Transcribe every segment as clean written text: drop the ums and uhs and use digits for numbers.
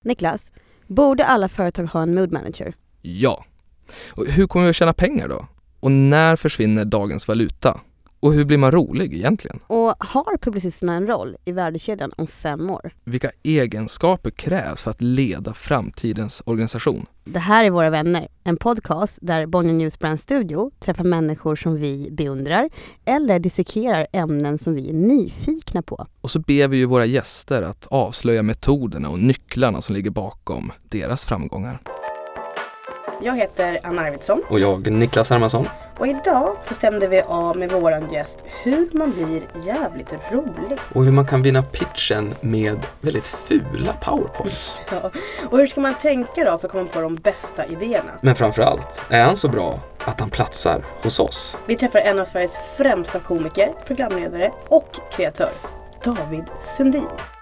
Niklas, borde alla företag ha en mood manager? Ja. Och hur kommer vi att tjäna pengar då? Och när försvinner dagens valuta? Och hur blir man rolig egentligen? Och har publicisterna en roll i värdekedjan om 5 år? Vilka egenskaper krävs för att leda framtidens organisation? Det här är Våra vänner, en podcast där Bonnier News Brand Studio träffar människor som vi beundrar eller dissekerar ämnen som vi är nyfikna på. Och så ber vi ju våra gäster att avslöja metoderna och nycklarna som ligger bakom deras framgångar. Jag heter Anna Arvidsson. Och jag, Niklas Hermansson. Och idag så stämde vi av med våran gäst hur man blir jävligt rolig. Och hur man kan vinna pitchen med väldigt fula powerpoints. Ja. Och hur ska man tänka då för att komma på de bästa idéerna? Men framförallt, är han så bra att han platsar hos oss? Vi träffar en av Sveriges främsta komiker, programledare och kreatör, David Sundin.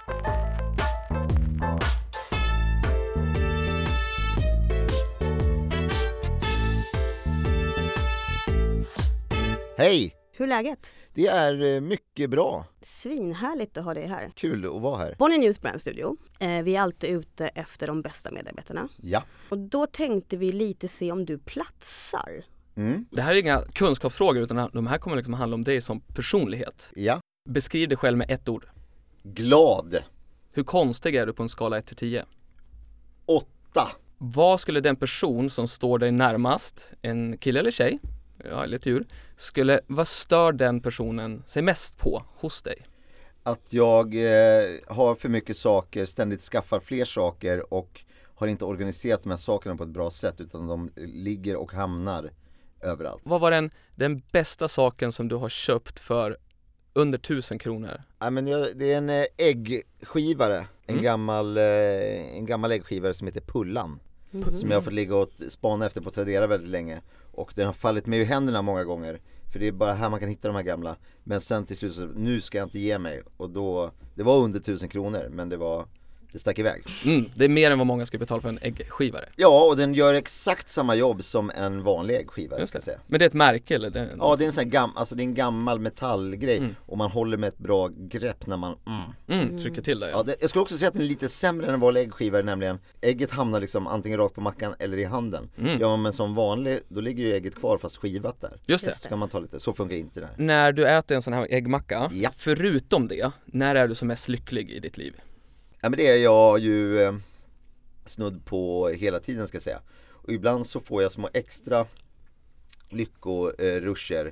Hej! Hur är läget? Det är mycket bra. Svinhärligt att ha dig här. Kul att vara här. Bonnier News Brand Studio. Vi är alltid ute efter de bästa medarbetarna. Ja. Och då tänkte vi lite se om du platsar. Det här är inga kunskapsfrågor utan de här kommer liksom handla om dig som personlighet. Ja. Beskriv dig själv med ett ord. Glad. Hur konstig är du på en skala 1-10? 8. Vad skulle den person som står dig närmast, en kille eller tjej, ja eller ett djur, vad stör den personen sig mest på hos dig? Att jag har för mycket saker, ständigt skaffar fler saker och har inte organiserat de här sakerna på ett bra sätt utan de ligger och hamnar överallt. Vad var den bästa saken som du har köpt för under 1000 kronor? Ja, men det är en äggskivare, en gammal äggskivare som heter Pullan. Som jag har fått ligga och spana efter på Tradera väldigt länge. Och den har fallit mig i händerna många gånger. För det är bara här man kan hitta de här gamla. Men sen till slut så, nu ska jag inte ge mig. Och då, det var under 1000 kronor men det stack iväg. Det är mer än vad många ska betala för en äggskivare. Ja, och den gör exakt samma jobb som en vanlig äggskivare ska jag säga. Men det är ett märke eller? Ja, det är en sån här det är en gammal metallgrej. Och man håller med ett bra grepp när man trycker till det. Ja, jag skulle också säga att den är lite sämre än en vanlig äggskivare, nämligen ägget hamnar liksom antingen rakt på mackan eller i handen. Ja, men som vanlig, då ligger ju ägget kvar fast skivat där. Just det. Så kan man ta lite, så funkar inte det här. När du äter en sån här äggmacka, Ja. förutom det, när är du som mest lycklig i ditt liv? Ja, men det är jag ju snudd på hela tiden ska jag säga. Och ibland så får jag små extra lyckoruscher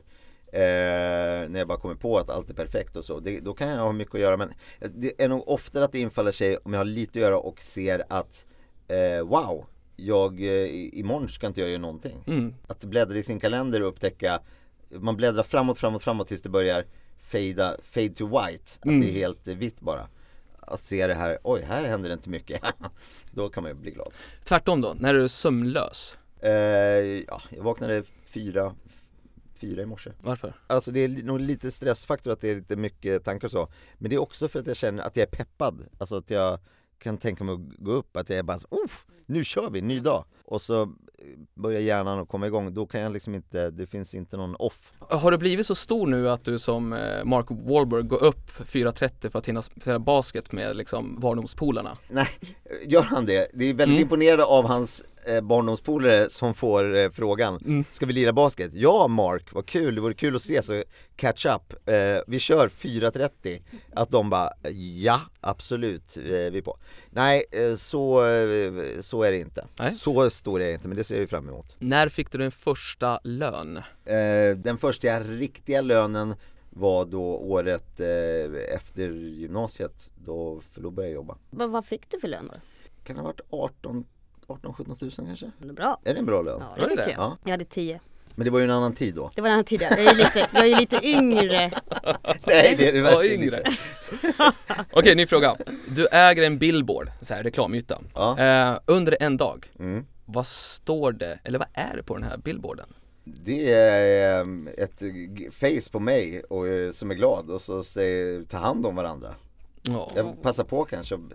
när jag bara kommer på att allt är perfekt och så. Då kan jag ha mycket att göra, men det är nog ofta att det infaller sig om jag har lite att göra och ser att wow, imorgon ska inte jag göra någonting. Att bläddra i sin kalender och upptäcka, man bläddrar framåt tills det börjar fade to white, att det är helt vitt bara. Att se det här, oj, här händer det inte mycket. Då kan man ju bli glad. Tvärtom då, när du är sömnlös? Jag vaknade 4 i morse. Varför? Alltså det är nog lite stressfaktor att det är lite mycket tankar och så. Men det är också för att jag känner att jag är peppad. Alltså att jag kan tänka mig att gå upp. Att jag är bara så, nu kör vi, ny dag. Och så börjar hjärnan att komma igång. Då kan jag liksom inte, det finns inte någon off. Har du blivit så stor nu att du som Mark Wahlberg går upp 4.30 för att hinna spela basket med liksom barndomspolarna? Nej, gör han det? Det är väldigt imponerande av hans barndomspolare som får frågan, ska vi lira basket? Ja, Mark, vad kul, det vore kul att se, så catch up, vi kör 4.30. Att de bara, ja, absolut, vi är på. Nej, så är det inte. Nej. Så stor är det inte, men det ser jag ju fram emot. När fick du din första lön? Den första riktiga lönen var då året efter gymnasiet, då började jag jobba. Vad fick du för lön då? Kan det ha varit 18-17 000 kanske? Det är bra. Är det en bra lön? Ja, det tycker jag. Ja. Jag hade 10. Men det var ju en annan tid då. Det var den här tiden. Jag är lite yngre. Nej, det är det verkligen yngre. inte. Okej, ny fråga. Du äger en billboard, så här reklamyta. Ja. Under en dag. Vad står det, eller vad är det på den här billboarden? Det är ett face på mig som är glad och så säger ta hand om varandra. Ja. Jag passar på kanske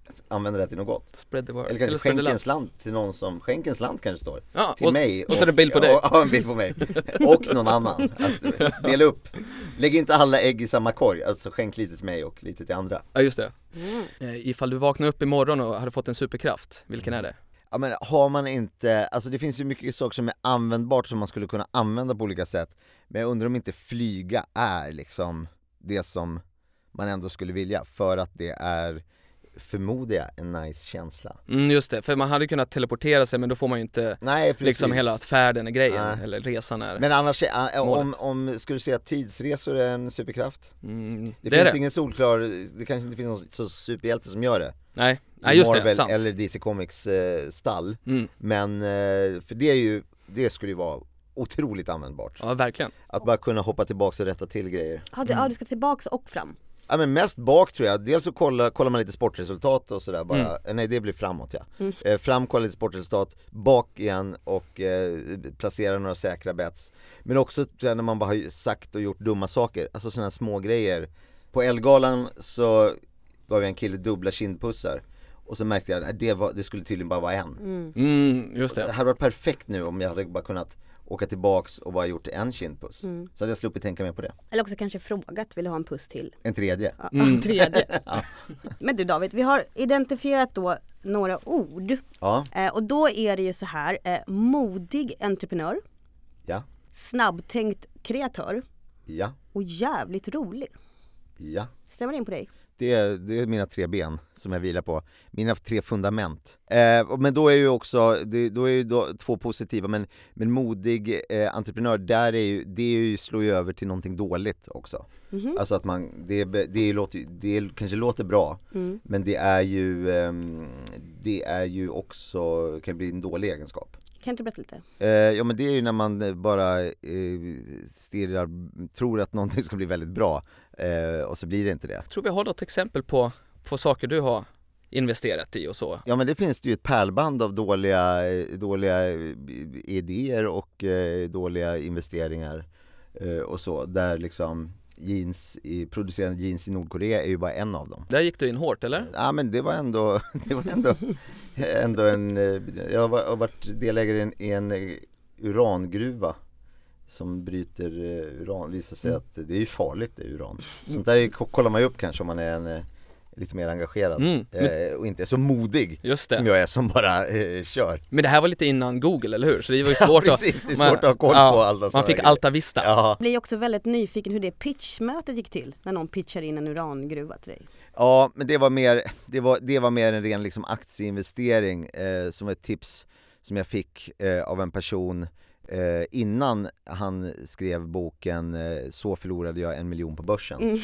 använda det till något gott. Spread the word. Eller kanske spread the skänk love. en slant till någon som skänker en slant kanske står. Ja, Till mig. Och så är det en bild på dig. Ja, en bild på mig. Och någon annan. Att dela upp. Lägg inte alla ägg i samma korg. Alltså skänk lite till mig och lite till andra. Ja, just det. Ifall du vaknar upp imorgon och hade fått en superkraft, vilken är det? Ja, men har man inte, alltså det finns ju mycket saker som är användbart som man skulle kunna använda på olika sätt. Men jag undrar om inte flyga är liksom det som man ändå skulle vilja, för att det är, förmodar jag, en nice känsla. Just det, för man hade kunnat teleportera sig, men då får man ju inte liksom hela att färden är grejen, eller resan är. Men annars, om skulle du säga att tidsresor är en superkraft? Det finns ingen solklar, det kanske inte finns någon så superhjälte som gör det. Nej, just Marvel det, sant. eller DC Comics stall. Men för det skulle ju vara otroligt användbart. Ja, verkligen. Att bara kunna hoppa tillbaka och rätta till grejer. Ja, du ska tillbaka och fram. Ja, men mest bak tror jag. Dels så kollar man lite sportresultat och sådär bara. Nej, det blir framåt, ja. Fram, kolla lite sportresultat, bak igen och placera några säkra bets. Men också tror jag, när man bara har sagt och gjort dumma saker, alltså sådana små grejer. På Elgalan så gav jag en kille dubbla kindpussar. Och så märkte jag att det skulle tydligen bara vara en. Just det. Det hade varit perfekt nu om jag hade bara kunnat åka tillbaks och bara gjort en kindpuss. Så hade jag sluppit tänka mer på det. Eller också kanske frågat, vill du ha en puss till? En tredje. Ja, en tredje. Ja. Men du David, vi har identifierat då några ord. Ja. Och då är det ju så här, modig entreprenör. Ja. Snabbtänkt kreatör. Ja. Och jävligt rolig. Ja. Stämmer det in på dig? Det är mina 3 ben som jag vilar på. Mina 3 fundament. Men då är ju också då är ju 2 positiva, men modig entreprenör, där det slår ju över till någonting dåligt också. Alltså att man det kanske låter bra, men det är ju också, kan bli en dålig egenskap. Kan du berätta lite? Ja, men det är ju när man bara tror att någonting ska bli väldigt bra och så blir det inte det. Jag tror vi har något exempel på saker du har investerat i och så. Ja, men det finns ju ett pärlband av dåliga idéer och dåliga investeringar och så, där liksom producerande jeans i Nordkorea är ju bara en av dem. Där gick du in hårt, eller? Ja, men det var ändå en, jag har varit delägare i en urangruva som bryter uran. Visar sig att det är ju farligt, det är uran. Sånt där kollar man ju upp kanske om man är lite mer engagerad och inte är så modig som jag är, som bara kör. Men det här var lite innan Google, eller hur? Så det var ju svårt precis, det är svårt att ha koll på alla. Man fick Alta Vista. Jag blir också väldigt nyfiken hur det pitchmötet gick till när någon pitchar in en urangruva till dig. Ja, men det var mer en ren liksom aktieinvestering som ett tips som jag fick av en person innan han skrev boken Så förlorade jag 1 miljon på börsen.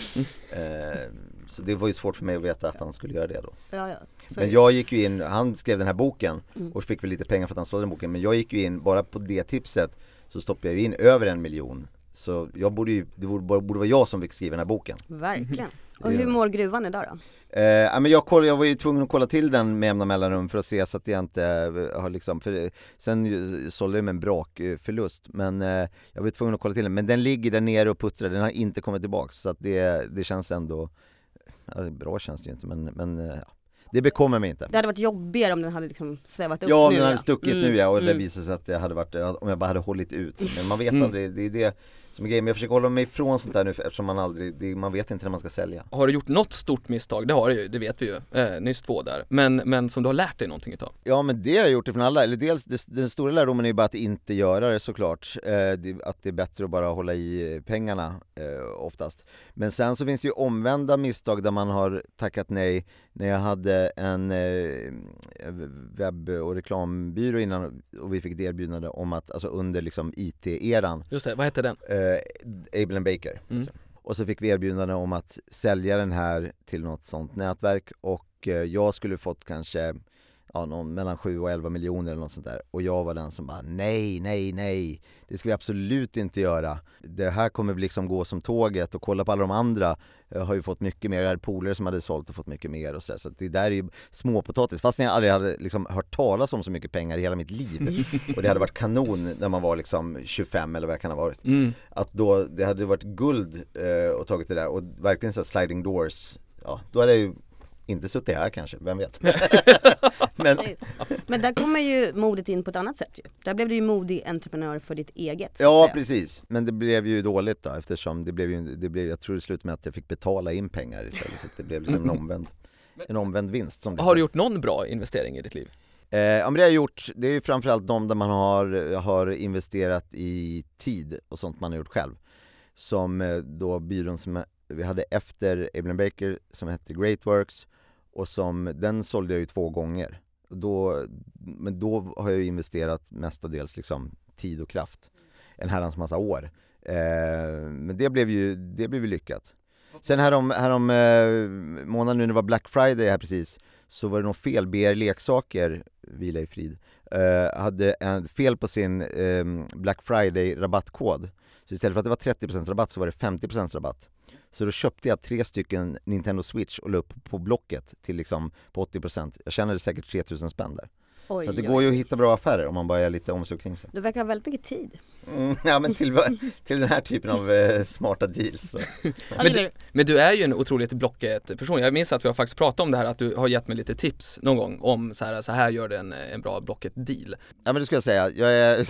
Så det var ju svårt för mig att veta att han skulle göra det då. Ja. Men jag gick ju in, han skrev den här boken och fick väl lite pengar för att han sålde den boken, men jag gick ju in, bara på det tipset så stoppade jag ju in över 1 miljon. Så det borde vara jag som fick skriva den här boken. Verkligen. Och hur mår gruvan idag då? Men jag var ju tvungen att kolla till den med jämna mellanrum för att se så att jag inte har liksom, för sen sålde jag med en brak förlust, men jag var tvungen att kolla till den, men den ligger där nere och puttrar, den har inte kommit tillbaka, så att det känns ändå, bra känns det ju inte, men det bekommer mig inte. Det hade varit jobbigare om den hade liksom svävat upp. Ja, om den hade stuckit nu, och det visade sig att det hade varit, om jag bara hade hållit ut. Men man vet aldrig, det är det som är grejen. Men jag försöker hålla mig ifrån sånt där nu, eftersom man vet inte när man ska sälja. Har du gjort något stort misstag? Det har du ju, det vet vi ju. Nyss 2 där. Men som du har lärt dig någonting utav? Ja, men det har jag gjort ifrån alla. Eller dels, den stora lärdomen är ju bara att inte göra det, såklart. Att det är bättre att bara hålla i pengarna oftast. Men sen så finns det ju omvända misstag där man har tackat nej. När jag hade en webb- och reklambyrå innan och vi fick ett erbjudande om att, alltså under liksom IT-eran. Just det, vad hette den? Able & Baker. Och så fick vi erbjudande om att sälja den här till något sånt nätverk, och jag skulle fått kanske mellan 7 och 11 miljoner eller något sånt där. Och jag var den som bara, nej, det ska vi absolut inte göra. Det här kommer liksom gå som tåget, och kolla på alla de andra har ju fått mycket mer. Jag hade polare som hade sålt och fått mycket mer och så det där är ju småpotatis, fast jag aldrig hade liksom hört talas om så mycket pengar i hela mitt liv. Och det hade varit kanon när man var liksom 25 eller vad jag kan ha varit. Att då, det hade varit guld och tagit det där, och verkligen så sliding doors. Ja, då hade jag ju Inte suttit här kanske, vem vet. Men där kommer ju modet in på ett annat sätt ju. Där blev du ju modig entreprenör för ditt eget. Ja, precis. Men det blev ju dåligt då, eftersom jag tror det slutade med att jag fick betala in pengar istället. Så det blev liksom en omvänd vinst. Har du gjort någon bra investering i ditt liv? Ja, men det har jag gjort. Det är ju framförallt de där man har investerat i tid och sånt man har gjort själv. Som då byrån som vi hade efter Abraham Baker som hette Greatworks, och den sålde jag ju 2 gånger. Men då har jag ju investerat mestadels liksom tid och kraft. En herrans massa år. Men det blev ju lyckat. Sen härom månaden nu när det var Black Friday här precis, så var det något fel. BR Leksaker, vila i frid, hade en fel på sin Black Friday rabattkod. Så istället för att det var 30% rabatt så var det 50% rabatt. Så då köpte jag 3 stycken Nintendo Switch och la upp på Blocket till liksom på 80%. Jag tjänade säkert 3000 spänn där. Så det går ju att hitta bra affärer om man bara är lite omsorg kring sig. Du verkar ha väldigt mycket tid. Ja, men till den här typen av smarta deals. Så. Men du är ju en otroligt Blocket-person. Jag minns att vi har faktiskt pratat om det här, att du har gett mig lite tips någon gång om så här gör du en bra Blocket-deal. Ja, men det ska jag säga. Jag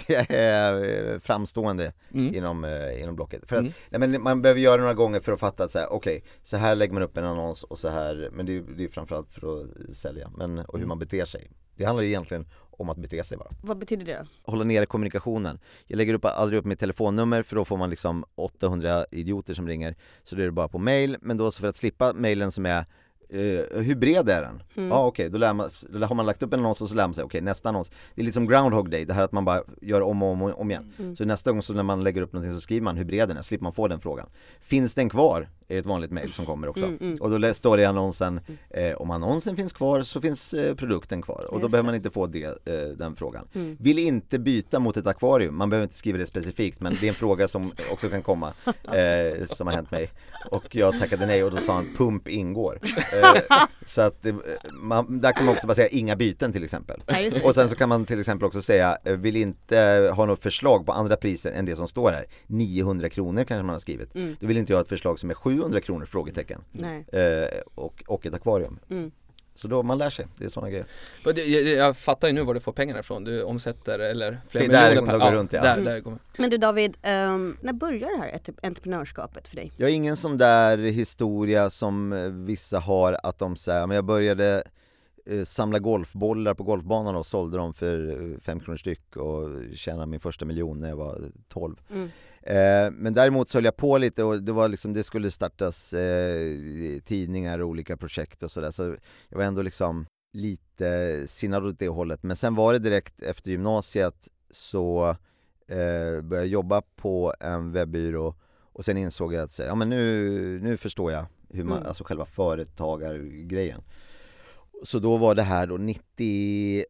är framstående inom Blocket. För att, men man behöver göra några gånger för att fatta att så här lägger man upp en annons och så här. Men det är framförallt för att sälja. Och hur man beter sig. Det handlar egentligen om att bete sig bara. Vad betyder det? Hålla nere kommunikationen. Jag lägger aldrig upp mitt telefonnummer, för då får man liksom 800 idioter som ringer. Så det är det bara på mail. Men då så för att slippa mailen som är hur bred är den? Ja, okej, då har man lagt upp en annons och så lär man sig, okej, nästa annons. Det är liksom Groundhog Day, det här att man bara gör om och om igen. Så nästa gång så när man lägger upp någonting så skriver man hur bred den är, slipper man få den frågan. Finns den kvar? Är ett vanligt mejl som kommer också. Och då står det i annonsen, om annonsen finns kvar så finns produkten kvar. Och då behöver man inte få den frågan. Vill inte byta mot ett akvarium. Man behöver inte skriva det specifikt, men det är en fråga som också kan komma, som har hänt mig. Och jag tackade nej och då sa han, pump ingår. Så att där kan man också bara säga inga byten till exempel. Och sen så kan man till exempel också säga, vill inte ha något förslag på andra priser än det som står här. 900 kronor kanske man har skrivit. Då vill inte jag ha ett förslag som är 700 kronor, frågetecken. Och ett akvarium. Så då man lär sig, det är sådana grejer. Jag fattar ju nu var du får pengarna ifrån. Du omsätter eller flera miljoner per... Går runt, där kommer. Men du David, när börjar det här entreprenörskapet för dig? Jag har ingen sån där historia som vissa har, att de säger, men jag började samla golfbollar på golfbanan och sålde dem för 5 kronor styck och tjänade min första miljon när jag var 12. Men däremot så höll jag på lite, och det var liksom, det skulle startas tidningar och olika projekt och sådär, så jag var ändå liksom lite sinnad åt det hållet. Men sen var det direkt efter gymnasiet så började jag jobba på en webbyrå, och sen insåg jag att ja, men nu förstår jag hur man, alltså själva företagargrejen. Så då var det här då 98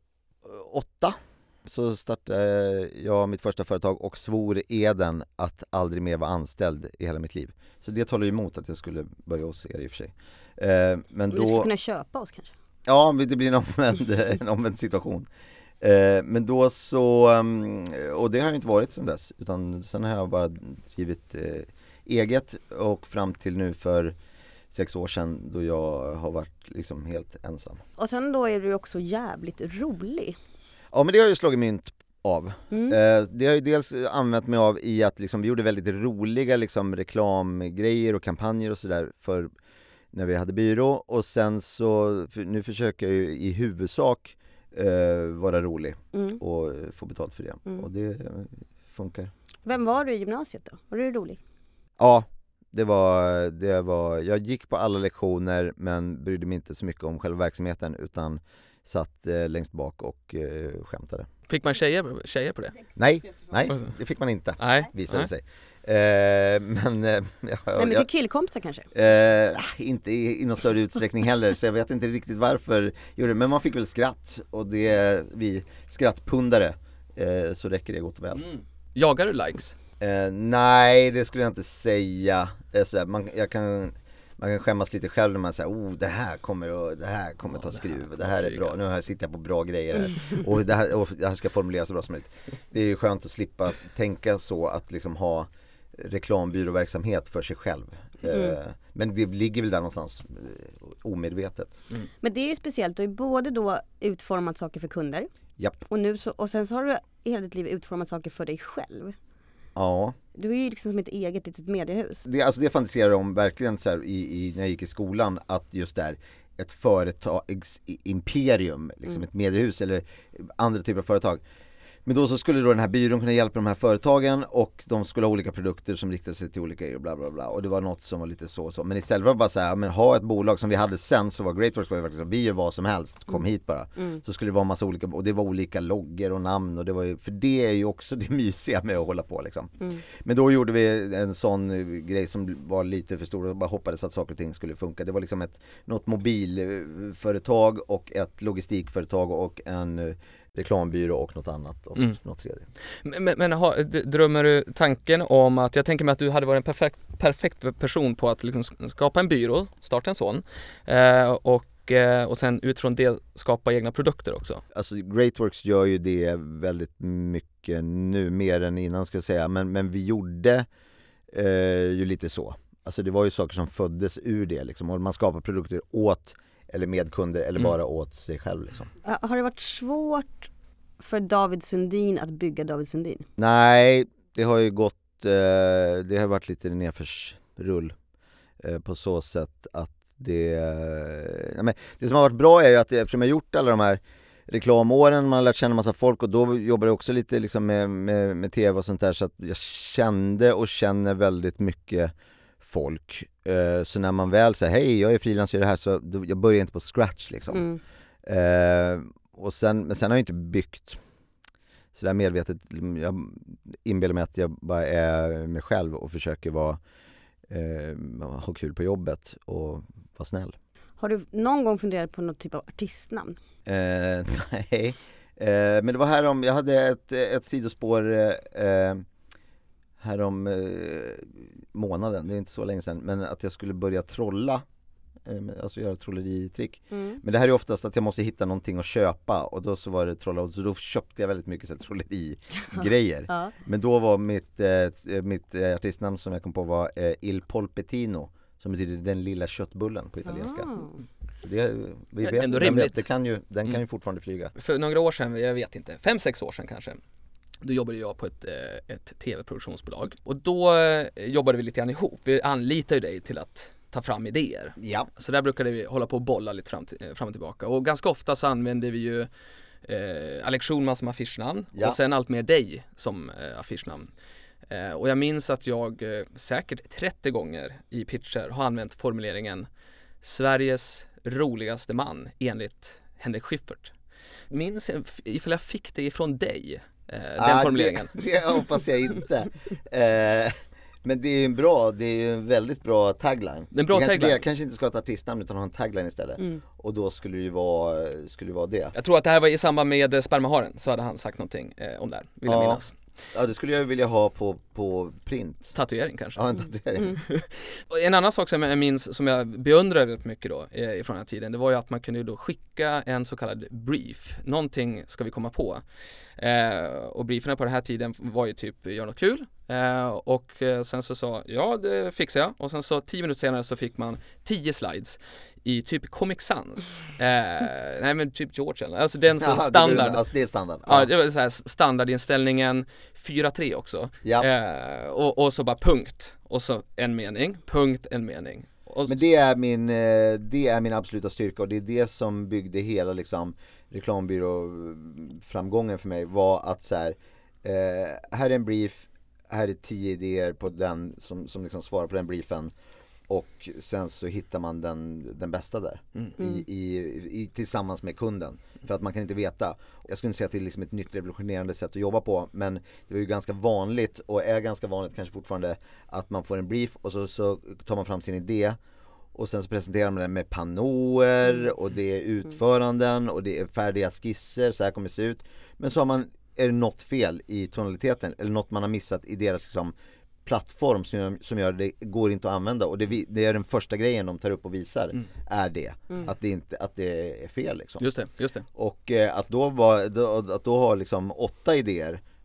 så startade jag mitt första företag och svor eden att aldrig mer vara anställd i hela mitt liv. Så det talar emot att jag skulle börja hos er i och för sig. Men då... Du skulle kunna köpa oss kanske? Ja, det blir en omvänd situation. Men då så, och det har jag inte varit sedan dess, utan sen har jag bara drivit eget, och fram till nu för 6 år sedan då jag har varit liksom helt ensam. Och sen då är du också jävligt rolig. Ja, men det har jag ju slagit mynt av. Det har ju dels använt mig av i att liksom, vi gjorde väldigt roliga liksom, reklamgrejer och kampanjer och sådär för när vi hade byrå. Och sen så, nu försöker jag ju i huvudsak vara rolig och få betalt för det. Och det funkar. Vem var du i gymnasiet då? Var du rolig? Ja, det var, jag gick på alla lektioner men brydde mig inte så mycket om själva verksamheten, utan satt längst bak och skämtade. Fick man tjejer på det? Nej, det fick man inte, visade det sig. Men till killkompisar kanske? Inte i någon större utsträckning heller, så jag vet inte riktigt varför gjorde det. Men man fick väl skratt, och det vi skrattpundare, så räcker det gott och väl. Jagar du likes? Nej, det skulle jag inte säga. Man kan skämmas lite själv när man säger, det här kommer ta skruv, det här är bra, nu sitter jag på bra grejer här. och det här ska formuleras så bra som möjligt. Det är ju skönt att slippa tänka så, att liksom ha reklambyråverksamhet för sig själv. Men det ligger väl där någonstans omedvetet. Men det är ju speciellt, du har ju både då utformat saker för kunder. Japp. Och sen så har du i hela ditt liv utformat saker för dig själv. Ja. Du är ju liksom som ett eget litet mediehus. Det fantiserar jag om verkligen så här, när jag gick i skolan, att just där ett imperium, liksom ett mediehus eller andra typer av företag. Men då så skulle då den här byrån kunna hjälpa de här företagen, och de skulle ha olika produkter som riktade sig till olika bla bla bla, och det var något som var lite så. Men istället var det bara så här, men ha ett bolag som vi hade sen, så var Greatworks var faktiskt, vi gör vad som helst, kom hit bara. Så skulle det vara en massa olika, och det var olika loggor och namn, och det var ju, för det är ju också det mysiga med att hålla på liksom. Men då gjorde vi en sån grej som var lite för stor, och bara hoppades att saker och ting skulle funka. Det var liksom något mobilföretag och ett logistikföretag och en reklambyrå och något annat och något tredje. Men drömmer du tanken om att, jag tänker mig att du hade varit en perfekt person på att liksom skapa en byrå, starta en sån, och sen utifrån det skapa egna produkter också? Alltså Greatworks gör ju det väldigt mycket nu, mer än innan ska jag säga, men vi gjorde ju lite så. Alltså det var ju saker som föddes ur det liksom, och man skapar produkter åt eller med kunder eller bara åt sig själv liksom. Har det varit svårt för David Sundin att bygga David Sundin? Nej, det har ju gått, det har varit lite nedförsrull på så sätt att det som har varit bra är ju att eftersom jag gjort alla de här reklamåren, man har lärt känna massa folk, och då jobbar jag också lite liksom med tv och sånt där, så att jag kände och känner väldigt mycket folk. Så när man väl säger hej, jag är frilans i det här, så jag börjar inte på scratch liksom. Men sen har jag inte byggt så där medvetet. Jag inbillar mig att jag bara är mig själv och försöker ha kul på jobbet och vara snäll. Har du någon gång funderat på något typ av artistnamn? Nej. Men det var jag hade ett sidospår härom månaden, det är inte så länge sedan, men att jag skulle börja trolla, alltså göra trolleritrick. Men det här är oftast att jag måste hitta någonting att köpa, och då så var det trolla, så då köpte jag väldigt mycket trollerigrejer. Men då var mitt artistnamn som jag kom på var Il Polpettino, som betyder den lilla köttbullen på italienska. Så vi vet, ändå rimligt. Den kan ju fortfarande flyga. För några år sedan, jag vet inte, 5-6 år sedan kanske, då jobbade jag på ett tv-produktionsbolag, och då jobbade vi lite grann ihop. Vi anlitade ju dig till att ta fram idéer. Ja. Så där brukade vi hålla på och bolla lite fram och tillbaka. Och ganska ofta så använde vi ju Alex Schulman som affischnamn, och sen allt mer dig som affischnamn. Och jag minns att jag säkert 30 gånger i pitcher har använt formuleringen Sveriges roligaste man enligt Henrik Schyffert. Minns ifall jag fick det ifrån dig, den formuleringen. Det hoppas jag inte. Men det är en väldigt bra tagline. En bra tagline. Jag kanske inte ska ha ett artistnamn utan ha en tagline istället. Och då skulle det vara det. Jag tror att det här var i samband med Spermaharen, så hade han sagt någonting om det här, vill jag minnas. Ja, det skulle jag vilja ha på print. Tatuering kanske. Ja, en tatuering. En annan sak som jag minns, som jag beundrade rätt mycket då ifrån den här tiden, det var ju att man kunde då skicka en så kallad brief. Någonting ska vi komma på. Och brieferna på den här tiden var ju typ gör något kul. Och sen så sa det fixar jag. Och sen så 10 minuter senare så fick man 10 slides i typ Comic Sans. Nej men typ George, alltså den som standard. Det är standard. Ja, det var så här standardinställningen 4-3 också. Ja. Och så bara punkt. Och så en mening, punkt, en mening. Men det är min absoluta styrka, och det är det som byggde hela liksom reklambyrå-framgången för mig, var att så här, här är en brief, här är 10 idéer på den som liksom svarar på den briefen, och sen så hittar man den bästa där tillsammans med kunden, för att man kan inte veta. Jag skulle inte säga att det är liksom ett nytt revolutionerande sätt att jobba på, men det var ju ganska vanligt, och är ganska vanligt kanske fortfarande, att man får en brief och så tar man fram sin idé, och sen så presenterar man den med panoer och det är utföranden och det är färdiga skisser, så här kommer det se ut. Men så är det något fel i tonaliteten, eller något man har missat i deras liksom plattform som gör det går inte att använda, och det är den första grejen de tar upp och visar är det att det är fel liksom. Just det. Och att då ha liksom 8 idéer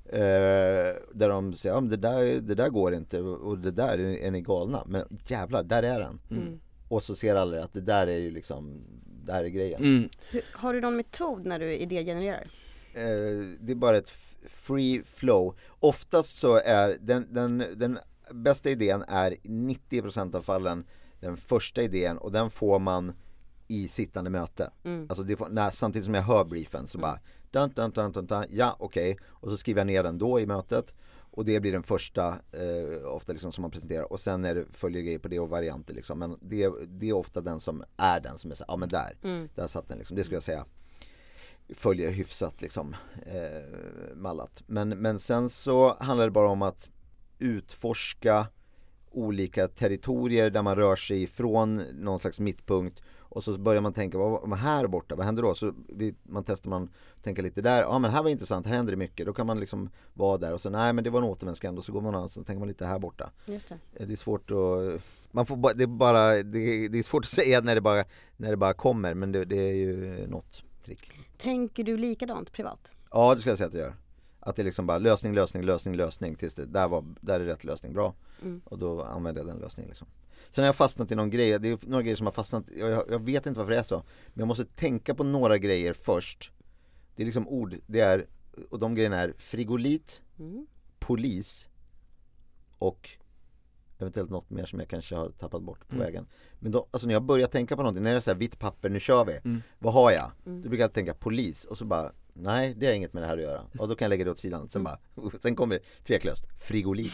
Där de säger, ja, men det där går inte och det där är ni galna. Men jävlar, där är den. Och så ser alla att det där är ju liksom, där är grejen. Har du någon metod när du idégenererar? Det är bara ett free flow. Oftast så är den bästa idén är 90% av fallen den första idén, och den får man i sittande möte. Alltså samtidigt som jag hör briefen så bara dun, ja okej. Och så skriver jag ner den då i mötet. Och det blir den första ofta liksom som man presenterar. Och sen följer grejer på det och varianter liksom. Men det är ofta den som är så, ja men där satt den liksom. Det skulle jag säga följer hyfsat liksom mallat. Men sen så handlar det bara om att utforska olika territorier där man rör sig ifrån någon slags mittpunkt, och så börjar man tänka, vad här borta, vad händer då? Så tänker lite där, ja men här var intressant, här händer det mycket, då kan man liksom vara där, och så nej men det var en återvändsgränd, och så går man någonstans och tänker man lite här borta. Just det. Det är svårt att det är svårt att säga när det bara kommer, men det är ju något trick. Tänker du likadant privat? Ja, det ska jag säga att jag gör. Att det är liksom bara lösning tills där är rätt lösning bra. Och då använder jag den lösningen liksom. Sen har jag fastnat i någon grej. Det är några grejer som har fastnat. Jag vet inte varför det är så. Men jag måste tänka på några grejer först. Det är liksom ord. Och de grejerna är frigolit, polis och eventuellt något mer som jag kanske har tappat bort på vägen. Men då, alltså när jag börjar tänka på någonting, när jag säger vitt papper, nu kör vi. Vad har jag? Då brukar jag tänka polis, och så bara, nej, det har inget med det här att göra. Och då kan jag lägga det åt sidan. Sen kommer det tveklöst frigolit.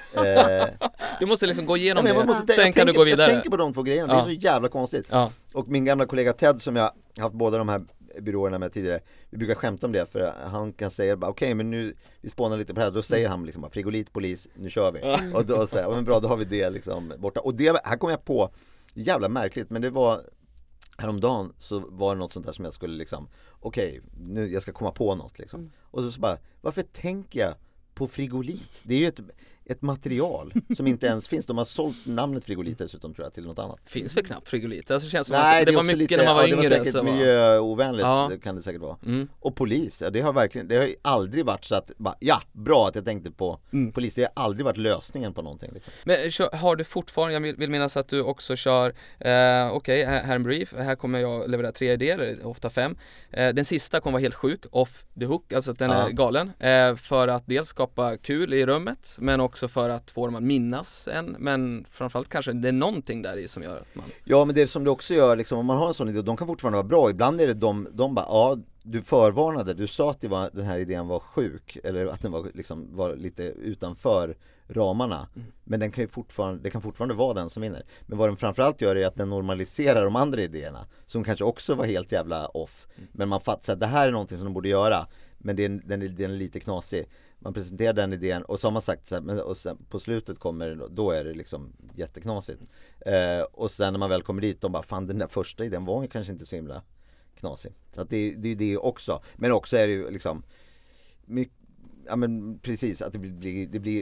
Du måste liksom gå igenom sen kan du gå vidare. Jag tänker på de två grejerna, det är så jävla konstigt. Ja. Och min gamla kollega Ted, som jag haft båda de här byråerna med tidigare, vi brukar skämta om det, för han kan säga okej, men nu vi spånar lite på det här, då säger han liksom frigolit, polis, nu kör vi. Och då säger men bra, då har vi det liksom borta. Och det här kom jag på, jävla märkligt, men det var häromdagen, så var det något sånt där som jag skulle liksom, okej, nu jag ska komma på något liksom. Och så bara, varför tänker jag på frigolit? Det är ju ett material som inte ens finns. De har sålt namnet frigolit dessutom, tror jag, till något annat. Finns väl knappt frigolit? Alltså, det känns som att det var mycket lite, när man var yngre. Det var säkert miljöovänligt, kan det säkert vara. Och polis, det har ju aldrig varit så att, bra att jag tänkte på polis. Det har aldrig varit lösningen på någonting liksom. Men har du fortfarande, jag vill minnas att du också kör, okej, här en brief, här kommer jag leverera 3 idéer, ofta 5. Den sista kommer vara helt sjuk, off the hook, alltså att den är galen. För att dels skapa kul i rummet, men också för att få dem att minnas en, men framförallt kanske det är någonting där i som gör att man... Ja, men det som det också gör, liksom, om man har en sån idé, de kan fortfarande vara bra. Ibland är det de bara, du förvarnade, du sa att den här idén var sjuk, eller att den var lite utanför ramarna. Men det kan fortfarande vara den som vinner. Men vad den framförallt gör är att den normaliserar de andra idéerna, som kanske också var helt jävla off. Men man fattar att det här är någonting som de borde göra, men den är lite knasig. Man presenterar den idén, och så har man sagt så här, och sen på slutet då är det liksom jätteknasigt. Och sen när man väl kommer dit, de bara, fan, den där första idén var ju kanske inte så himla knasig. Så att det är det också. Men också är det ju liksom mycket, ja men precis, att det blir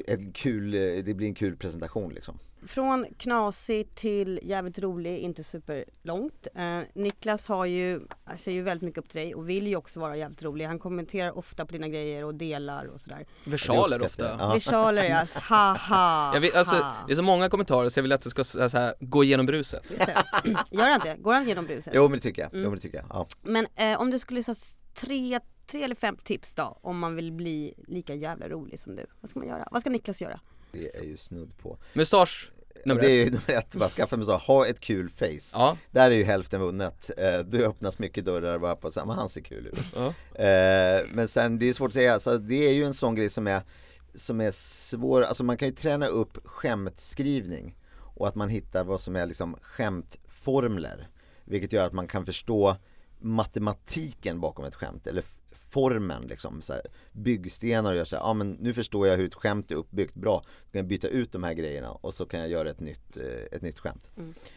en kul presentation liksom. Från knasig till jävligt rolig, inte superlångt. Niklas säger ju väldigt mycket upp till dig och vill ju också vara jävligt rolig. Han kommenterar ofta på dina grejer och delar och sådär. Versaler ofta. Ja. Versaler, ja. Haha. Det är så många kommentarer, så jag vill att det ska så här, gå igenom bruset. Gör han inte? Går han igenom bruset? Jo, men det tycker jag. Ja. Men om du skulle säga 3 eller 5 tips då, om man vill bli lika jävla rolig som du. Vad ska man göra? Vad ska Niklas göra? Det är ju snudd på. Mustasch. Det är ju nummer 1, bara skaffa mustasch, ha ett kul face. Ja. Där är ju hälften vunnet. Det öppnas mycket dörrar bara på samma, han ser kul ut. Ja. Men sen, det är svårt att säga, så det är ju en sån grej som är svår. Alltså man kan ju träna upp skämtskrivning, och att man hittar vad som är liksom skämtformler, vilket gör att man kan förstå matematiken bakom ett skämt, eller formen liksom, så här, byggstenar, och gör så här, men nu förstår jag hur ett skämt är uppbyggt, bra, då kan jag byta ut de här grejerna och så kan jag göra ett nytt skämt.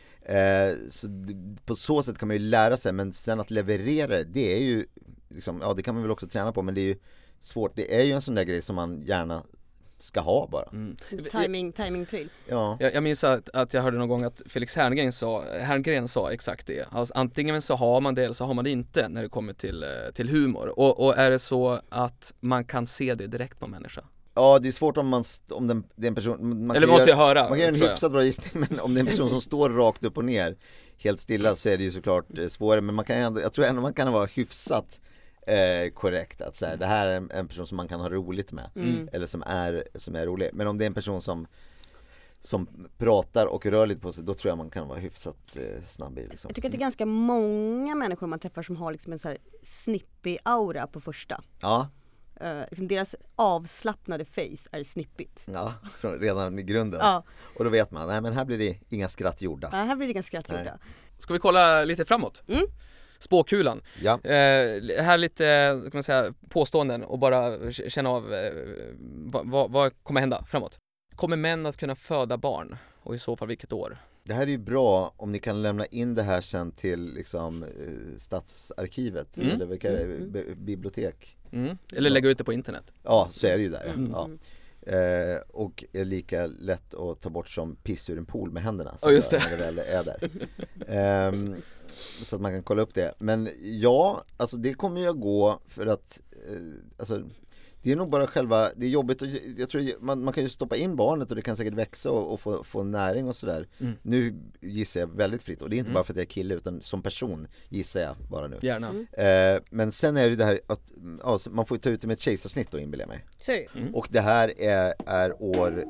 Så på så sätt kan man ju lära sig, men sen att leverera det är ju liksom, det kan man väl också träna på, men det är ju svårt. Det är ju en sån där grej som man gärna ska ha bara. Timingpryl. Ja. Jag minns att jag hörde någon gång att Felix Herngren sa exakt det. Alltså, antingen så har man det eller så har man det inte när det kommer till humor. Och är det så att man kan se det direkt på en människa? Ja, det är svårt om det är en person... Eller måste jag höra? Man kan göra en hyfsat bra gissning, men om det är en person som står rakt upp och ner helt stilla så är det ju såklart svårare. Men man kan ändå, jag tror ändå man kan vara hyfsat korrekt att säga det här är en person som man kan ha roligt med. Eller som är rolig. Men om det är en person som pratar och rör lite på sig, då tror jag man kan vara hyfsat snabb i liksom. Jag tycker att det är ganska många människor man träffar som har liksom en så här snippig aura på första. Ja. Liksom deras avslappnade face är snippigt. Ja, redan i grunden. Ja. Och då vet man, nej men här blir det inga skratt gjorda. Ja, här blir det inga skratt gjorda. Ska vi kolla lite framåt? Spåkulan. Ja. Här lite kan man säga, påståenden och bara känna av vad kommer hända framåt. Kommer män att kunna föda barn? Och i så fall vilket år? Det här är ju bra om ni kan lämna in det här sen till liksom, Stadsarkivet eller vilka är det? Bibliotek. Eller lägga ut det på internet. Ja, så är det ju där. Ja. Och är lika lätt att ta bort som piss ur en pool med händerna. Ja, just det. När det väl är där. Så att man kan kolla upp det. Men ja, alltså det kommer ju att gå för att alltså, det är nog bara själva, det är jobbigt och jag tror man kan ju stoppa in barnet och det kan säkert växa och få näring och sådär. Nu gissar jag väldigt fritt och det är inte bara för att jag är kille utan som person gissar jag bara nu. Gärna. Men sen är det det här att man får ta ut det med ett kejsarsnitt då inbillar jag mig. Så är det. Och det här är år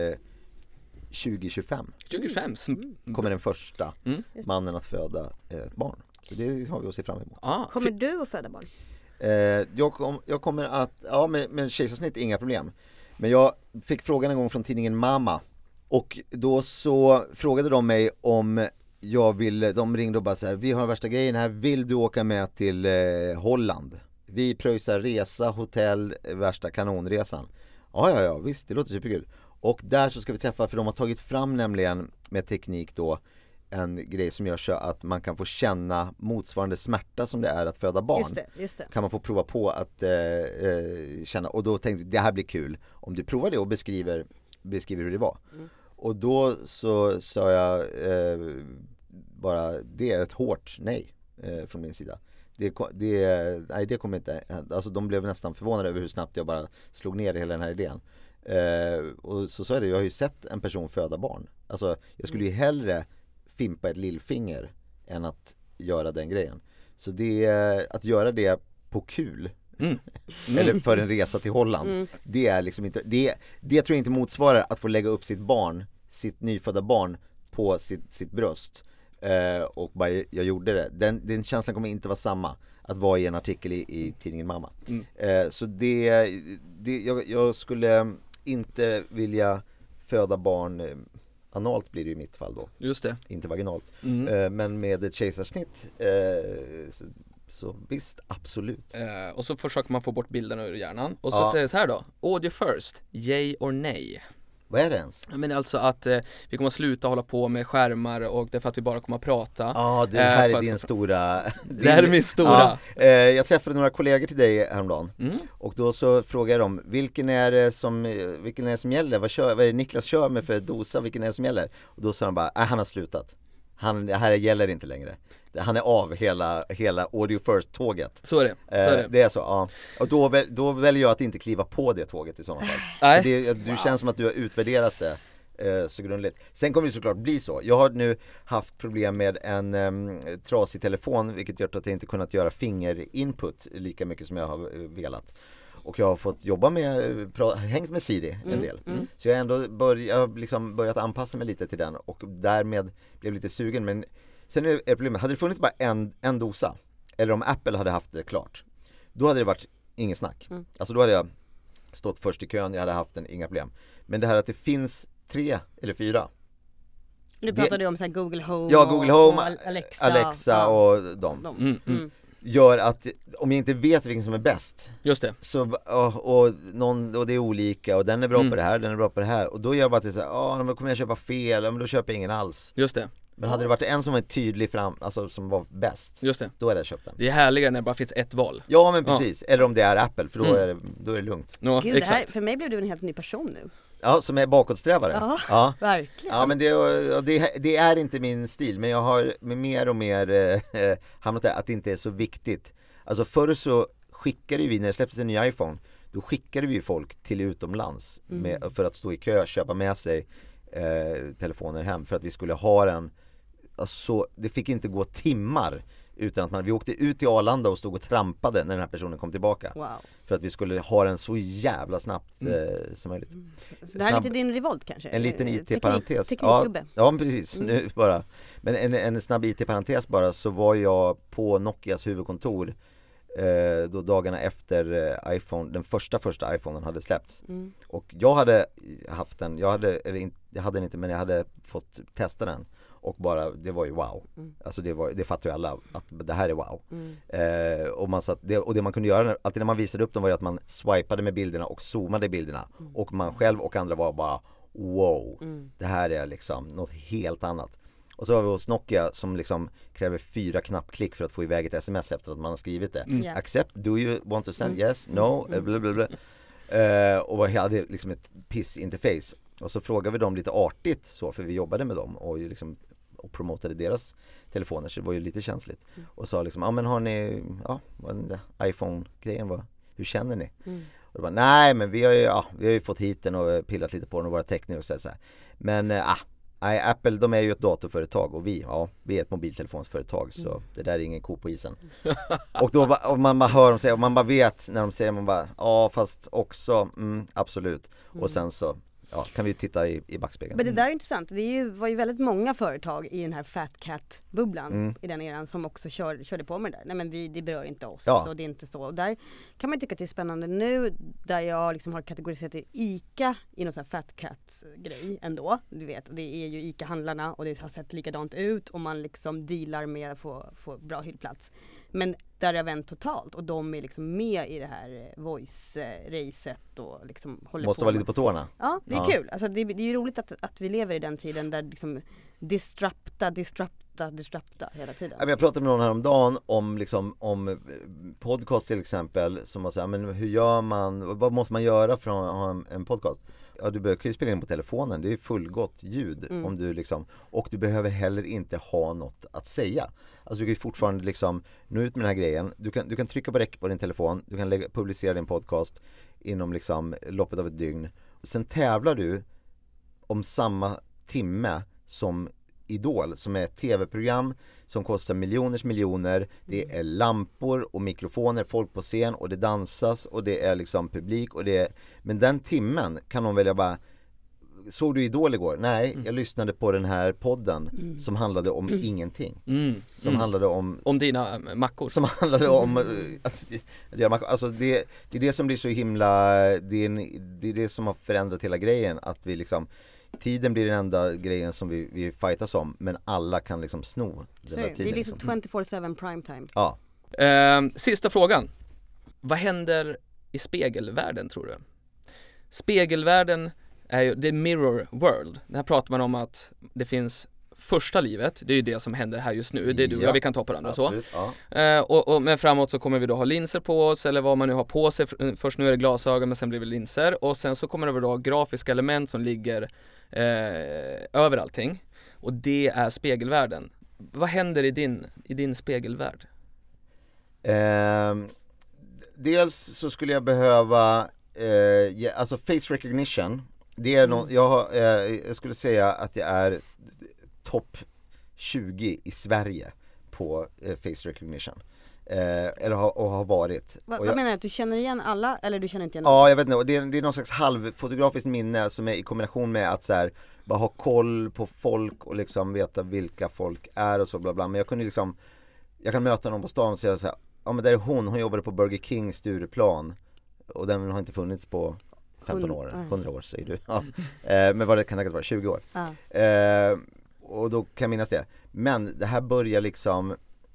2025. 2025 kommer den första mannen att föda ett barn. Så det har vi att se fram emot. Kommer du att föda barn? Jag kommer att, med kejsarsnitt inga problem. Men jag fick frågan en gång från tidningen Mama. Och då så frågade de mig om jag ville, de ringde och bara så här: vi har värsta grejen här, vill du åka med till Holland? Vi pröjsar resa, hotell, värsta kanonresan. Ja, visst, det låter superkul. Och där så ska vi träffa, för de har tagit fram nämligen med teknik då en grej som gör så att man kan få känna motsvarande smärta som det är att föda barn. Just det. Kan man få prova på att känna. Och då tänkte jag, det här blir kul om du provar det och beskriver hur det var. Och då så sa jag bara, det är ett hårt nej från min sida. Det kommer inte. Alltså de blev nästan förvånade över hur snabbt jag bara slog ner hela den här idén. Och så är det, jag har ju sett en person föda barn. Alltså jag skulle ju hellre fimpa ett lillfinger än att göra den grejen. Så det är att göra det på kul eller för en resa till Holland. Det är liksom inte det tror jag inte motsvarar att få lägga upp sitt nyfödda barn på sitt bröst. Och bara jag gjorde det. Den känslan kommer inte vara samma att vara i en artikel i tidningen Mamma. Så jag skulle inte vilja föda barn analt blir det i mitt fall då. Just det. Inte vaginalt. Men med ett kejsarsnitt så visst, absolut. Och så försöker man få bort bilderna ur hjärnan. Och så säger det så här då. Audio first, yay or nej. Vad är det ens? Men alltså att vi kommer att sluta hålla på med skärmar och det är för att vi bara kommer att prata. Ja, det här är din stora... Det här är min stora. Jag träffade några kollegor till dig häromdagen. Och då så frågade jag dem, vilken är det som gäller? Vad är det Niklas kör med för dosa? Vilken är det som gäller? Och då sa de bara, han har slutat. Det här gäller inte längre. Han är av hela Audio First-tåget. Så är det. Det är så, ja. Och då väljer jag att inte kliva på det tåget i sådana fall. Nej. Du känns som att du har utvärderat det så grundligt. Sen kommer det såklart bli så. Jag har nu haft problem med en trasig telefon, vilket gör att jag inte kunnat göra fingerinput lika mycket som jag har velat. Och jag har fått jobba hängt med Siri en del. Så jag har ändå börjat anpassa mig lite till den och därmed blev lite sugen. Men sen är problemet, hade det funnits bara en dosa, eller om Apple hade haft det klart, då hade det varit inget snack. Alltså då hade jag stått först i kön, jag hade haft inga problem. Men det här att det finns 3 eller 4. Nu pratar du om så här Google Home, Google Home, och Alexa och dem. gör att om jag inte vet vilken som är bäst, Just det. så, och det är olika och den är bra på det här, den är bra på det här, och då gör jag bara till så här, men kommer jag köpa fel, men då köper jag ingen alls. Just det. Men hade det varit en som var tydlig alltså som var bäst, Just det. då hade jag köpt den. Det är härligare när det bara finns ett val. Ja, men precis. Eller om det är Apple, för då är det lugnt. Ja, Gud, exakt. för mig blev du en helt ny person nu. Ja, som är bakåtsträvare. Ja, verkligen. Ja, men det är inte min stil, men jag har mer och mer hamnat där att det inte är så viktigt. Alltså förr så skickade vi, när det släpptes en ny iPhone, då skickade vi folk till utomlands för att stå i kö, köpa med sig telefoner hem, för att vi skulle ha den. Alltså, det fick inte gå timmar utan att vi åkte ut till Arlanda och stod och trampade när den här personen kom tillbaka. Wow. För att vi skulle ha den så jävla snabbt som möjligt. Så det här är lite din revolt kanske? En liten IT-parentes. Teknikgubbe. Ja, precis. Nu bara. Men en snabb IT-parentes bara, så var jag på Nokias huvudkontor då dagarna efter den första iPhonen hade släppts. Och jag hade haft den, jag hade den inte, men jag hade fått testa den. Och bara, det var ju wow. Alltså det fattar ju alla att det här är wow. Och det man kunde göra alltid när man visade upp dem var ju att man swipade med bilderna och zoomade bilderna. Och man själv och andra var bara wow. Det här är liksom något helt annat. Och så var vi hos Nokia som liksom kräver 4 knappklick för att få iväg ett sms efter att man har skrivit det. Accept, do you want to send? Yes, no, blablabla. Och vi hade liksom ett piss-interface. Och så frågade vi dem lite artigt så, för vi jobbade med dem och liksom och promotade deras telefoner, så det var ju lite känsligt. Och sa liksom, men har ni vad den där iPhone-grejen, hur känner ni? Och det bara, nej, men vi har ju fått hit den och pillat lite på den och våra tekniker och så här. Men Apple, de är ju ett datorföretag och vi är ett mobiltelefonsföretag, så det där är ingen ko på isen. Och då och man bara hör dem säga, och man bara vet när de säger, man bara, fast också, absolut. Och sen så kan vi titta i backspegeln. Men det där är intressant. Det var ju väldigt många företag i den här Fat Cat-bubblan i den eran som också körde på med det där. Nej, men det berör inte oss och det är inte så. Och där kan man tycka att det är spännande nu, där jag liksom har kategoriserat ICA i någon sån här Fat Cat-grej ändå. Du vet, det är ju ICA-handlarna och det har sett likadant ut och man liksom dealar med att få bra hyllplats. Men där har vänt totalt och de är liksom med i det här voice-racet och liksom håller Måste på. vara lite på tårna. Ja, det är kul. Alltså det är ju roligt att vi lever i den tiden där liksom disrupta hela tiden. Jag pratade med någon häromdagen om podcast till exempel, som var så här, men hur gör man, vad måste man göra för att ha en podcast? Ja, du behöver ju spela in på telefonen, det är fullgott ljud om du och du behöver heller inte ha något att säga. Alltså du kan ju fortfarande nå ut med den här grejen. Du kan trycka på räck på din telefon, du kan publicera din podcast inom loppet av ett dygn. Sen tävlar du om samma timme som Idol, som är ett tv-program som kostar miljoner. Det är lampor och mikrofoner, folk på scen och det dansas och det är publik och men den timmen kan de välja bara, såg du Idol igår? Nej, jag lyssnade på den här podden som handlade om ingenting. Som handlade om dina mackor. Som handlade om att göra mackor. Alltså det är det som blir så himla, det är det som har förändrat hela grejen, att vi tiden blir den enda grejen som vi fightas om, men alla kan sno den där tiden. Det är 24/7 primetime. Ja. Sista frågan. Vad händer i spegelvärlden, tror du? Spegelvärlden är ju the mirror world. Det här pratar man om att det finns första livet, det är ju det som händer här just nu. Det är du och jag, vi kan ta på varandra så. Ja. Men framåt så kommer vi då ha linser på oss, eller vad man nu har på sig. Först nu är det glasögon, men sen blir det linser. Och sen så kommer det då grafiska element som ligger över allting. Och det är spegelvärlden. Vad händer i din spegelvärld? Dels så skulle jag behöva alltså face recognition. Det är jag skulle säga att jag är topp 20 i Sverige på face recognition. Eller har varit. Vad menar du? Att du känner igen alla eller du känner inte igen Ja, jag vet inte. Det är någon slags halvfotografiskt minne som är i kombination med att bara ha koll på folk och veta vilka folk är och så bla bla. Men jag kunde jag kan möta någon på stan och säga men där är hon jobbade på Burger King Stureplan och den har inte funnits på 15 år, 100 år säger du. Ja. Men vad det kan vara 20 år. Och då kan jag minnas det. Men det här börjar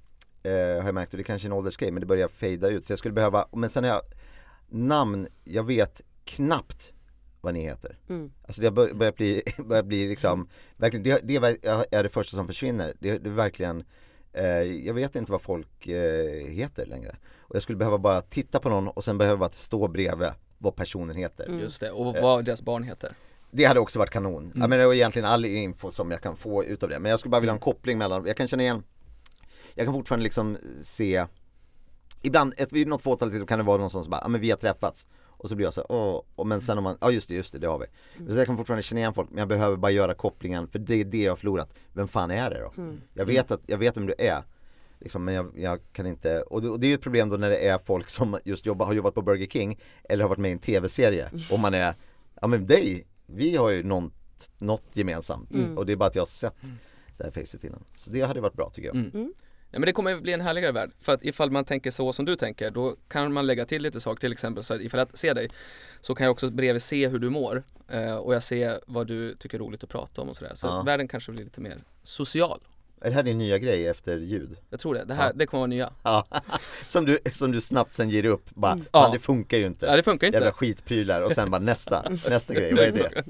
har jag märkt, och det är kanske en åldersgrej, men det börjar fejda ut. Så jag skulle behöva, men sen har jag namn, jag vet knappt vad ni heter. Alltså det börjar bli liksom, verkligen, det är det första som försvinner. Det är verkligen, jag vet inte vad folk heter längre. Och jag skulle behöva bara titta på någon och sen behöva bara stå bredvid vad personen heter. Just det, och vad deras barn heter. Det hade också varit kanon. Jag menar, egentligen all info som jag kan få utav det. Men jag skulle bara vilja ha en koppling mellan, jag kan känna igen, jag kan fortfarande liksom se, ibland, vid något fåtal till kan det vara någon som bara, men vi har träffats. Och så blir jag så men sen om man, just det har vi. Så jag kan fortfarande känna igen folk, men jag behöver bara göra kopplingen, för det är det jag har förlorat. Vem fan är det då? Jag vet vem du är. Liksom, men jag kan inte, och det är ju ett problem då när det är folk som just har jobbat på Burger King eller har varit med i en tv-serie. Och man är, men vi har ju något gemensamt. Och det är bara att jag har sett det här facet innan. Så det hade varit bra, tycker jag. Ja, men det kommer bli en härligare värld. För att ifall man tänker så som du tänker, då kan man lägga till lite saker. Till exempel så att ifall jag ser dig, så kan jag också bredvid se hur du mår. Och jag ser vad du tycker är roligt att prata om och sådär. Så världen kanske blir lite mer social. Är det här din nya grej efter ljud? Jag tror det. Det här det kommer vara nya. Ja. Som du snabbt sen ger upp. Bara, fan, det funkar ju inte. Ja, det funkar inte. Jävla skitprylar. Och sen bara nästa grej. Vad är det?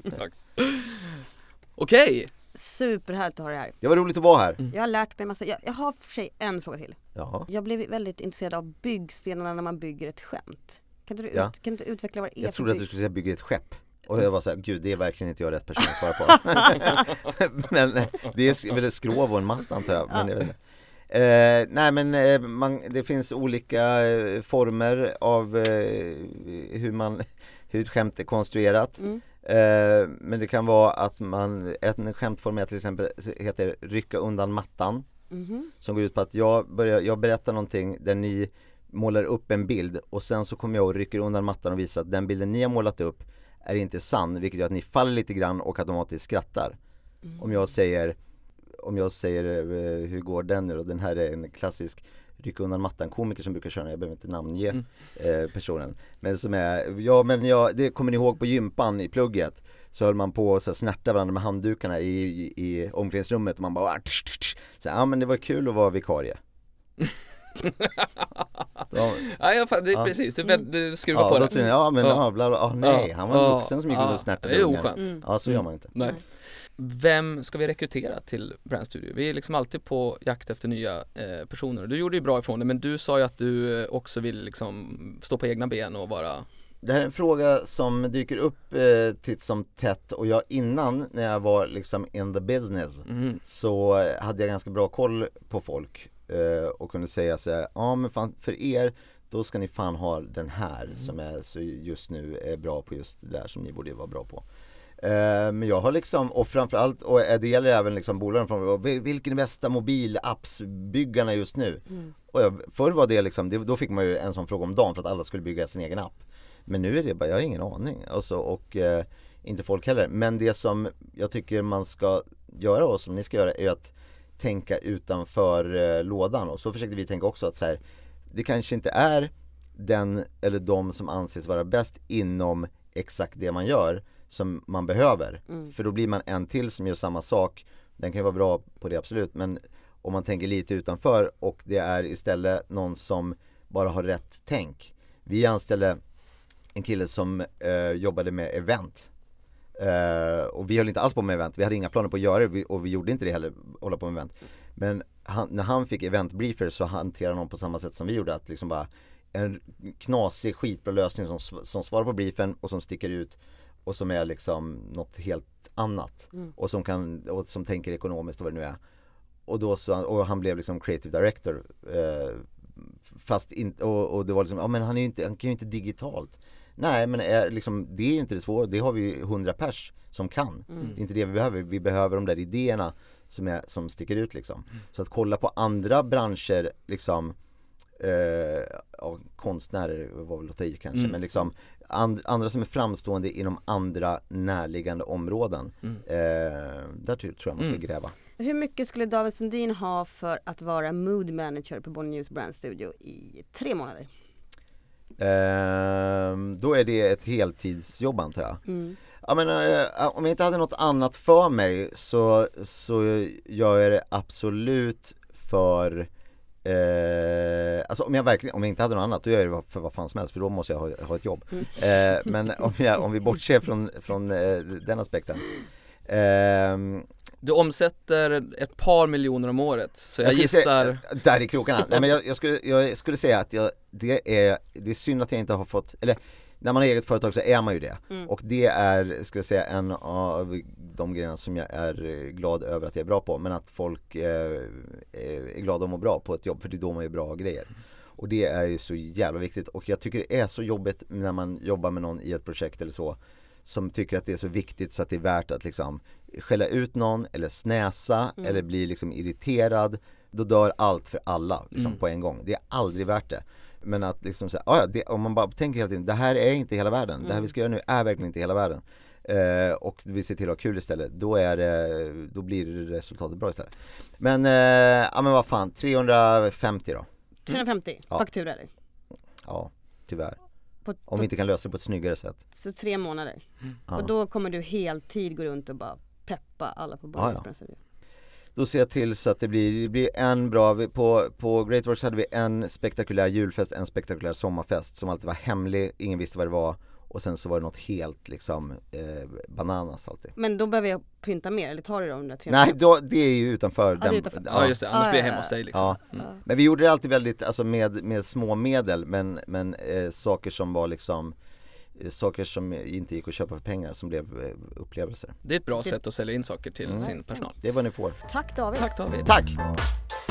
Okej. Superhärligt att ha det här. Det var roligt att vara här. Jag har lärt mig massa. Jag har för sig en fråga till. Jaha. Jag blev väldigt intresserad av byggstenarna när man bygger ett skämt. Kan du utveckla vad det är? Jag trodde att du skulle säga bygga ett skepp. Och jag var så här, gud, det är verkligen inte jag rätt person att svara på. Men det är väl ett skrov och en mast, antar jag. Men jag vet inte. Nej, men det finns olika former av hur ett skämt är konstruerat. Men det kan vara att en skämtform är till exempel heter rycka undan mattan. Som går ut på att jag berättar någonting där ni målar upp en bild, och sen så kommer jag och rycker undan mattan och visar att den bilden ni har målat upp är inte sann, vilket gör att ni faller lite grann och automatiskt skrattar. Om jag säger hur går den nu då? Den här är en klassisk rycka undan mattan komiker som brukar köra, jag behöver inte namnge personen, men som är, det kommer ni ihåg på gympan i plugget, så höll man på att snärta varandra med handdukarna i omklädningsrummet, och man bara så, men det var kul att vara vikarie. Precis, du skruvar på det. Nej, han var vuxen som gick ut och snärtade. Det är oskönt. Ja, så gör man inte. Nej. Vem ska vi rekrytera till Brand Studio? Vi är liksom alltid på jakt efter nya personer. Du gjorde ju bra ifrån det, men du sa ju att du också vill liksom stå på egna ben och vara... Det här är en fråga som dyker upp titt som tätt, och jag innan, när jag var liksom in the business, så hade jag ganska bra koll på folk och kunde säga så här, men fan, för er då ska ni fan ha den här som är så just nu är bra på just det där som ni borde vara bra på. Men jag har liksom, och framförallt, och det gäller även liksom bolagen från vilken är bästa mobilappsbyggarna just nu. Och förr var det liksom, då fick man ju en sån fråga om dagen för att alla skulle bygga sin egen app. Men nu är det bara, jag har ingen aning. Alltså, och inte folk heller. Men det som jag tycker man ska göra, och som ni ska göra, är att tänka utanför lådan. Och så försökte vi tänka också att så här, det kanske inte är den eller de som anses vara bäst inom exakt det man gör som man behöver. För då blir man en till som gör samma sak. Den kan ju vara bra på det, absolut. Men om man tänker lite utanför, och det är istället någon som bara har rätt tänk. Vi anställde en kille som jobbade med event. Och vi höll inte alls på med event. Vi hade inga planer på att göra det, och vi gjorde inte det heller, hålla på med event. Men när han fick eventbriefer så hanterade han på samma sätt som vi gjorde. Att liksom bara en knasig, skitbra lösning som svarar på briefen och som sticker ut. Och som är liksom något helt annat. Och som tänker ekonomiskt och vad det nu är. Och han blev liksom creative director. Fast inte, och det var liksom, men han kan ju inte digitalt. Nej, men liksom, det är ju inte det svåra. Det har vi 100 pers som kan. Det är inte det vi behöver. Vi behöver de där idéerna som sticker ut liksom. Så att kolla på andra branscher liksom, konstnärer var väl att ta i kanske, men liksom andra som är framstående inom andra närliggande områden. Där tror jag man ska gräva. Hur mycket skulle David Sundin ha för att vara mood manager på Bonnier News Brand Studio i 3 månader? Då är det ett heltidsjobb, antar jag. Ja, men, om jag inte hade något annat för mig så gör jag det absolut för Alltså om jag inte hade något annat, då gör jag det för vad fan som helst, för då måste jag ha ett jobb. Men om vi bortser från den aspekten. Du omsätter ett par miljoner om året, så jag gissar... Där i krokarna. Nej, men jag skulle säga att det är synd att jag inte har fått... Eller när man har eget företag så är man ju det. Och det är, skulle jag säga, en av de grejerna som jag är glad över att jag är bra på. Men att folk är glada om att bra på ett jobb, för det är då man gör bra grejer. Och det är ju så jävla viktigt. Och jag tycker det är så jobbigt när man jobbar med någon i ett projekt eller så, som tycker att det är så viktigt så att det är värt att liksom skälla ut någon eller snäsa eller bli liksom irriterad. Då dör allt för alla liksom, på en gång. Det är aldrig värt det. Men att liksom säga, om man bara tänker hela tiden, det här är inte hela världen. Det här vi ska göra nu är verkligen inte hela världen. Och vi ser till att ha kul istället. Då blir resultatet bra istället. Men men vad fan, 350 då. 350 faktura eller? Ja, tyvärr. Om vi inte kan lösa det på ett snyggare sätt. Så 3 månader. Och då kommer du heltid gå runt och bara peppa alla på barnen. Då ser jag till så att det blir en bra, på Great Works hade vi en spektakulär julfest, en spektakulär sommarfest som alltid var hemlig, ingen visste vad det var, och sen så var det något helt liksom bananas alltid. Men då behöver jag pynta mer, eller tar du de där 300? Nej, det är ju utanför. Ja just det, annars blir det hemma hos dig liksom. Men vi gjorde det alltid väldigt, alltså med små medel, men saker som var liksom saker som inte gick att köpa för pengar, som blev upplevelser. Det är ett bra sätt att sälja in saker till sin personal. Det är vad ni får. Tack David. Tack David. Tack!